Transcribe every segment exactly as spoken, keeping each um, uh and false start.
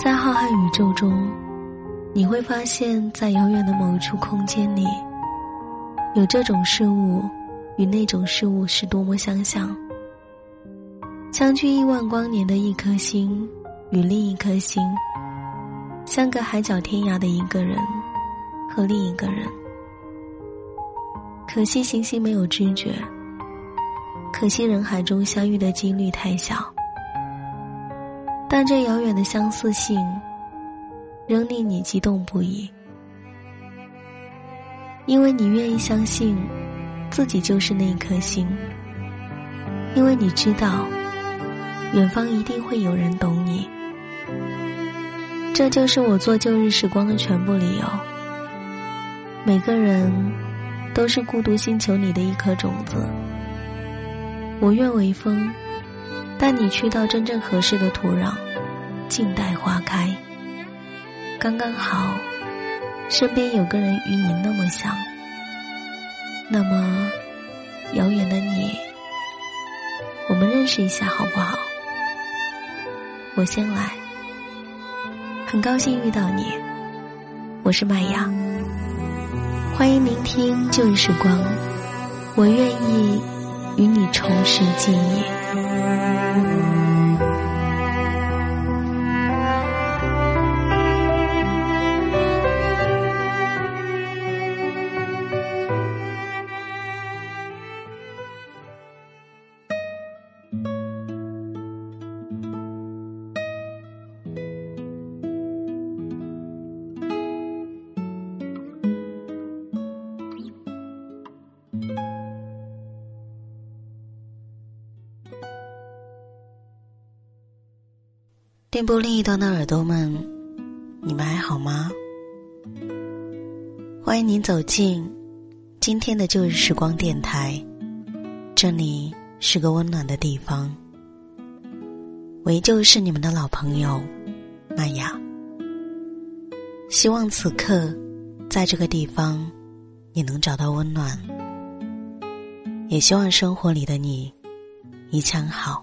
在浩瀚宇宙中，你会发现在遥远的某一处空间里，有这种事物与那种事物是多么相像。相距亿万光年的一颗星与另一颗星，相隔海角天涯的一个人和另一个人。可惜行星没有知觉，可惜人海中相遇的几率太小，但这遥远的相似性仍令你激动不已，因为你愿意相信自己就是那一颗星，因为你知道远方一定会有人懂你。这就是我做旧日时光的全部理由。每个人都是孤独星球里的一颗种子，我愿为风，带你去到真正合适的土壤，静待花开。刚刚好，身边有个人与你那么像。那么，遥远的你，我们认识一下好不好？我先来。很高兴遇到你，我是麦雅。欢迎聆听旧日时光，我愿意与你重拾记忆。电波另一端的耳朵们，你们还好吗？欢迎您走进今天的旧日时光电台，这里是个温暖的地方。我依旧是你们的老朋友麦雅。希望此刻在这个地方你能找到温暖，也希望生活里的你一切好。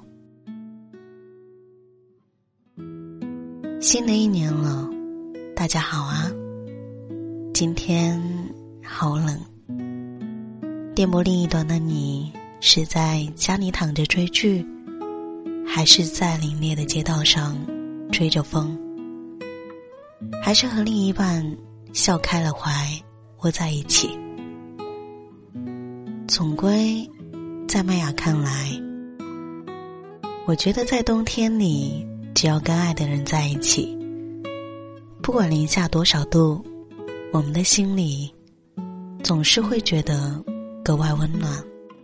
新的一年了，大家好啊！今天好冷，电波另一端的你是在家里躺着追剧，还是在凛冽的街道上吹着风，还是和另一半笑开了怀窝在一起？总归在麦雅看来，我觉得在冬天里，只要跟爱的人在一起，不管零下多少度，我们的心里总是会觉得格外温暖。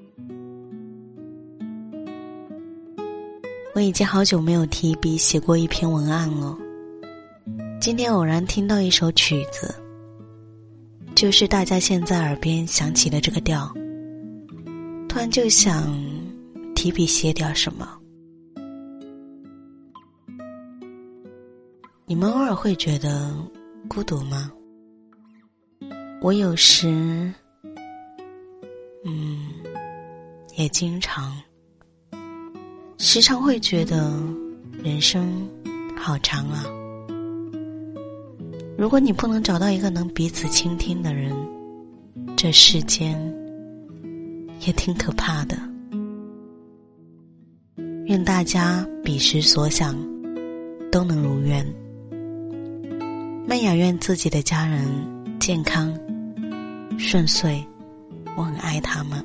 我已经好久没有提笔写过一篇文案了，今天偶然听到一首曲子，就是大家现在耳边响起的这个调，突然就想提笔写点什么。你们偶尔会觉得孤独吗？我有时，嗯，也经常，时常会觉得人生好长啊。如果你不能找到一个能彼此倾听的人，这世间也挺可怕的。愿大家彼时所想都能如愿。麦雅愿自己的家人健康顺遂，我很爱他们。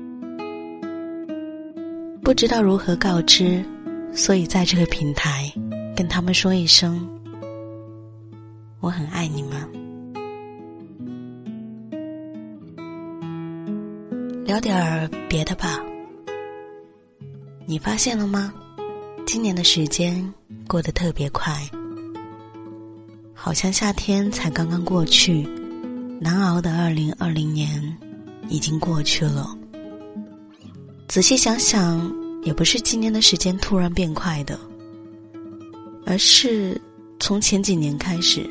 不知道如何告知，所以在这个平台跟他们说一声，我很爱你们。聊点儿别的吧。你发现了吗？今年的时间过得特别快，好像夏天才刚刚过去，难熬的二零二零年已经过去了。仔细想想，也不是今年的时间突然变快的，而是从前几年开始，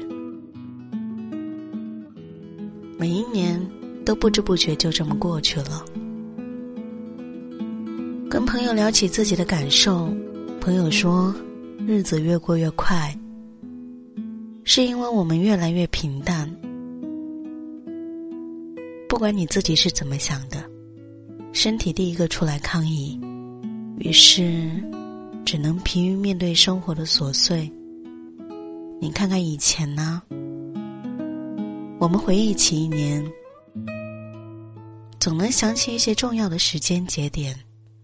每一年都不知不觉就这么过去了。跟朋友聊起自己的感受，朋友说日子越过越快， 是因为我们越来越平淡。不管你自己是怎么想的，身体第一个出来抗议，于是只能疲于面对生活的琐碎。你看看以前呢，我们回忆起一年，总能想起一些重要的时间节点，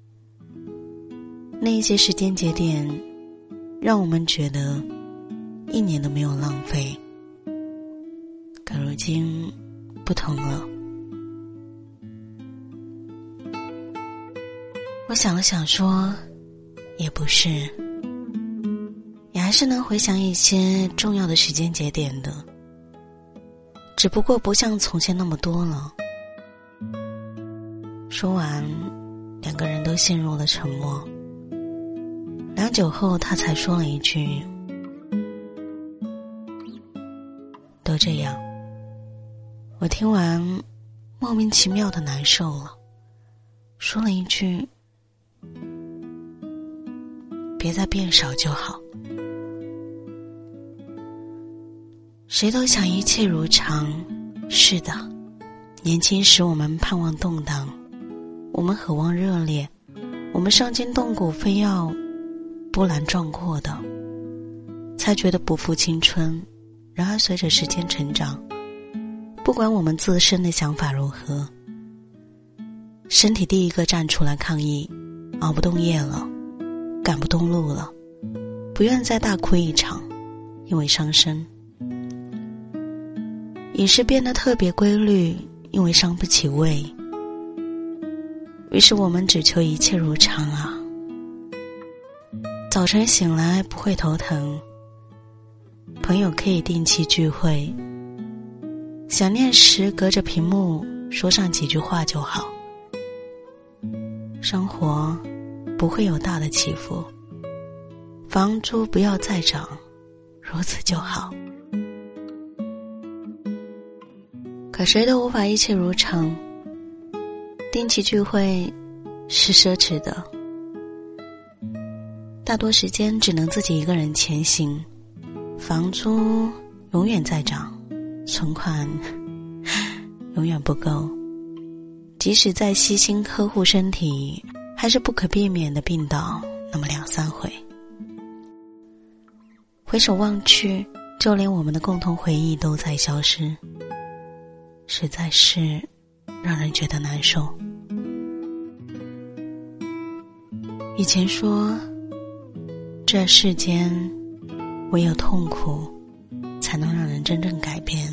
那一些时间节点让我们觉得一年都没有浪费。可如今不同了。我想了想说，也不是，也还是能回想一些重要的时间节点的，只不过不像从前那么多了。说完，两个人都陷入了沉默。良久后，他才说了一句：都这样。我听完，莫名其妙的难受了，说了一句：别再变少就好。谁都想一切如常，是的，年轻时我们盼望动荡，我们渴望热烈，我们伤筋动骨，非要波澜壮阔的，才觉得不负青春。然而随着时间成长，不管我们自身的想法如何，身体第一个站出来抗议，熬不动夜了，赶不动路了，不愿再大哭一场，因为伤身。饮食变得特别规律，因为伤不起胃。于是我们只求一切如常啊。早晨醒来不会头疼，朋友可以定期聚会，想念时隔着屏幕说上几句话就好。生活不会有大的起伏，房租不要再涨，如此就好。可谁都无法一切如常，定期聚会是奢侈的，大多时间只能自己一个人前行，房租永远在涨，存款永远不够，即使再悉心呵护身体，还是不可避免的病倒那么两三回。回首望去，就连我们的共同回忆都在消失，实在是让人觉得难受。以前说，这世间唯有痛苦才能让人真正改变，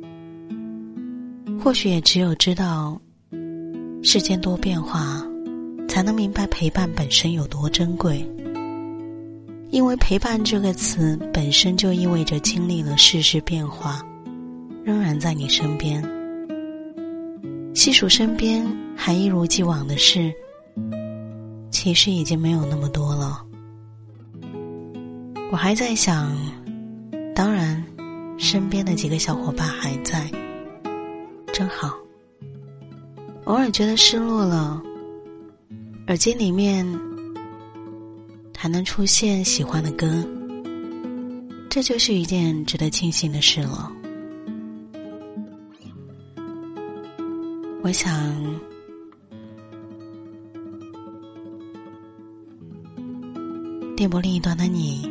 或许也只有知道世间多变化，才能明白陪伴本身有多珍贵。因为陪伴这个词本身就意味着经历了世事变化，仍然在你身边。细数身边还一如既往的事，其实已经没有那么多了。我还在想，当然身边的几个小伙伴还在，真好。偶尔觉得失落了，耳机里面还能出现喜欢的歌，这就是一件值得庆幸的事了。我想电波另一端的你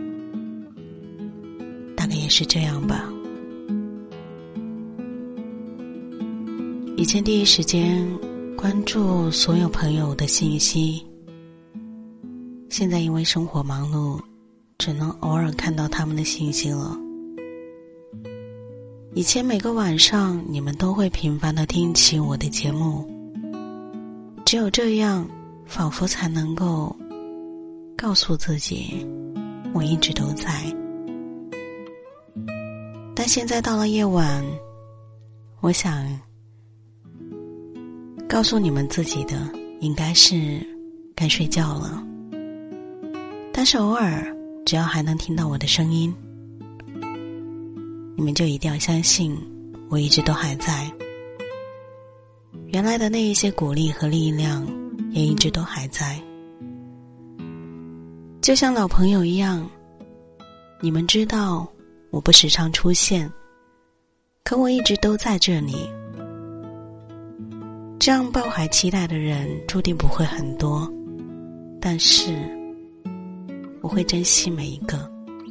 大概也是这样吧。以前第一时间关注所有朋友的信息，现在因为生活忙碌，只能偶尔看到他们的信息了。以前每个晚上你们都会频繁地听起我的节目，只有这样仿佛才能够告诉自己我一直都在。但现在到了夜晚，我想告诉你们自己的应该是该睡觉了。但是偶尔只要还能听到我的声音，你们就一定要相信我一直都还在，原来的那一些鼓励和力量也一直都还在。就像老朋友一样，你们知道我不时常出现，可我一直都在这里。这样抱怀期待的人注定不会很多，但是我会珍惜每一个，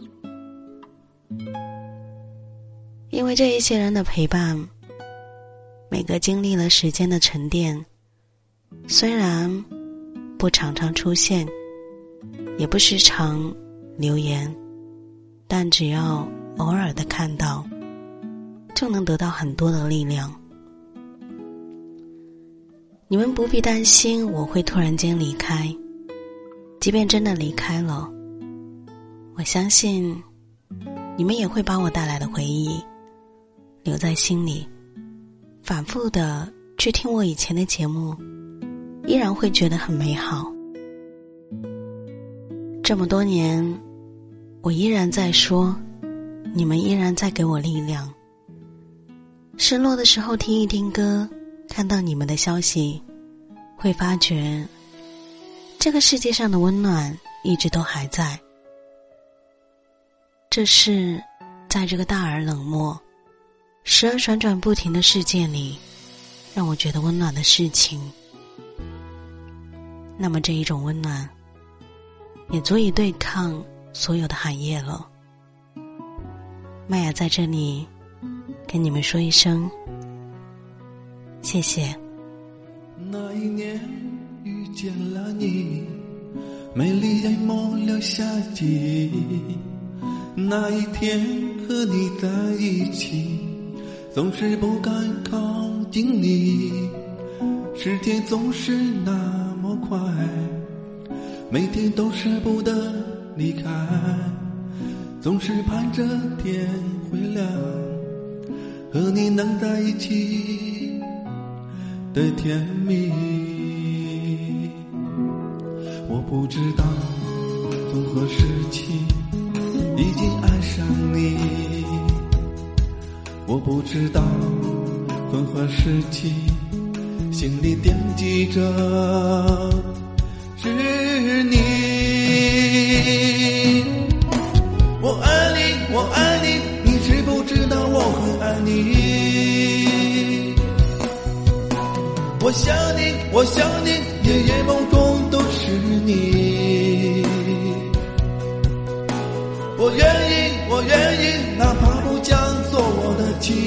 因为这一些人的陪伴，每个经历了时间的沉淀，虽然不常常出现，也不时常留言，但只要偶尔的看到，就能得到很多的力量。你们不必担心我会突然间离开，即便真的离开了，我相信你们也会把我带来的回忆留在心里，反复的去听我以前的节目，依然会觉得很美好。这么多年，我依然在说，你们依然在给我力量。失落的时候听一听歌，看到你们的消息，会发觉这个世界上的温暖一直都还在。这是在这个大而冷漠、时而旋转不停的世界里，让我觉得温暖的事情。那么这一种温暖，也足以对抗所有的寒夜了。麦雅在这里跟你们说一声谢谢。 那一年遇见了你，美丽淹没了夏季。那一天和你在一起，总是不敢靠近你。时间总是那么快，每天都舍不得离开，总是盼着天会亮，和你能在一起的甜蜜。我不知道从何时起已经爱上你，我不知道从何时起心里惦记着是你。我爱你，我爱你，你知不知道我很爱你？我想你，我想你，夜夜梦中都是你。我愿意，我愿意，哪怕不讲做我的妻，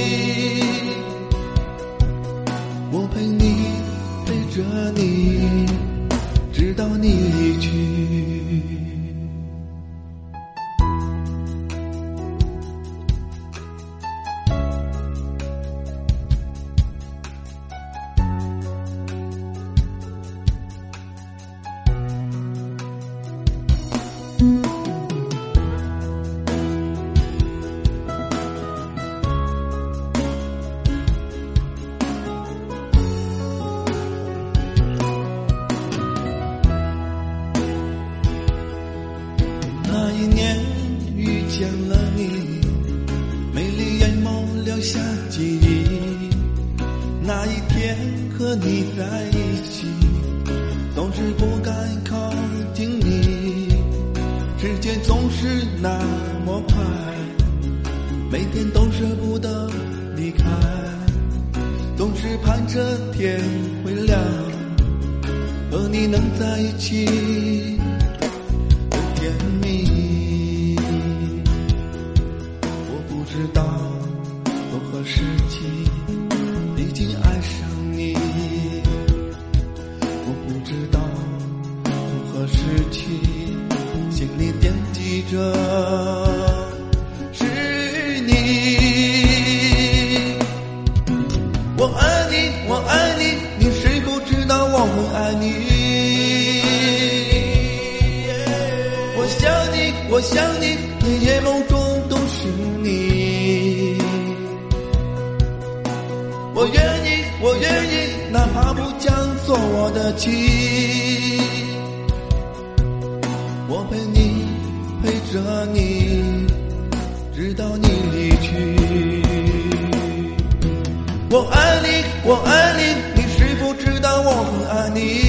我陪你，陪着你，直到你离去。那一年遇见了你，美丽淹没了夏季。那一天和你在一起，总是不敢靠近你。时间总是那么快，每天都舍不得离开，总是盼着天会亮，和你能在一起的甜蜜。我不知道从何时起已经爱上你，我不知道从何时起心里惦记着是你。我爱你，我爱你，你谁不知道我很爱你？我想你，我想你，夜夜梦中都是你。我愿意，我愿意，哪怕不讲做我的妻，我陪你，陪着你，直到你离去。我爱你，我爱你，你是否知道我很爱你？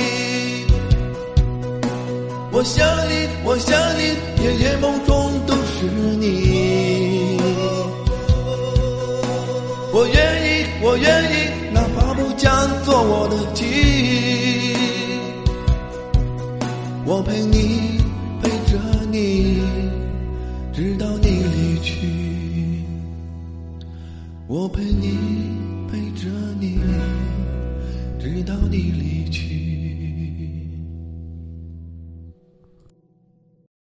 我想你，我想你，夜夜梦中都是是你。我愿意，我愿意，哪怕不讲做我的记忆，我陪你，陪着你，直到你离去。我陪你，陪着你，直到你离去。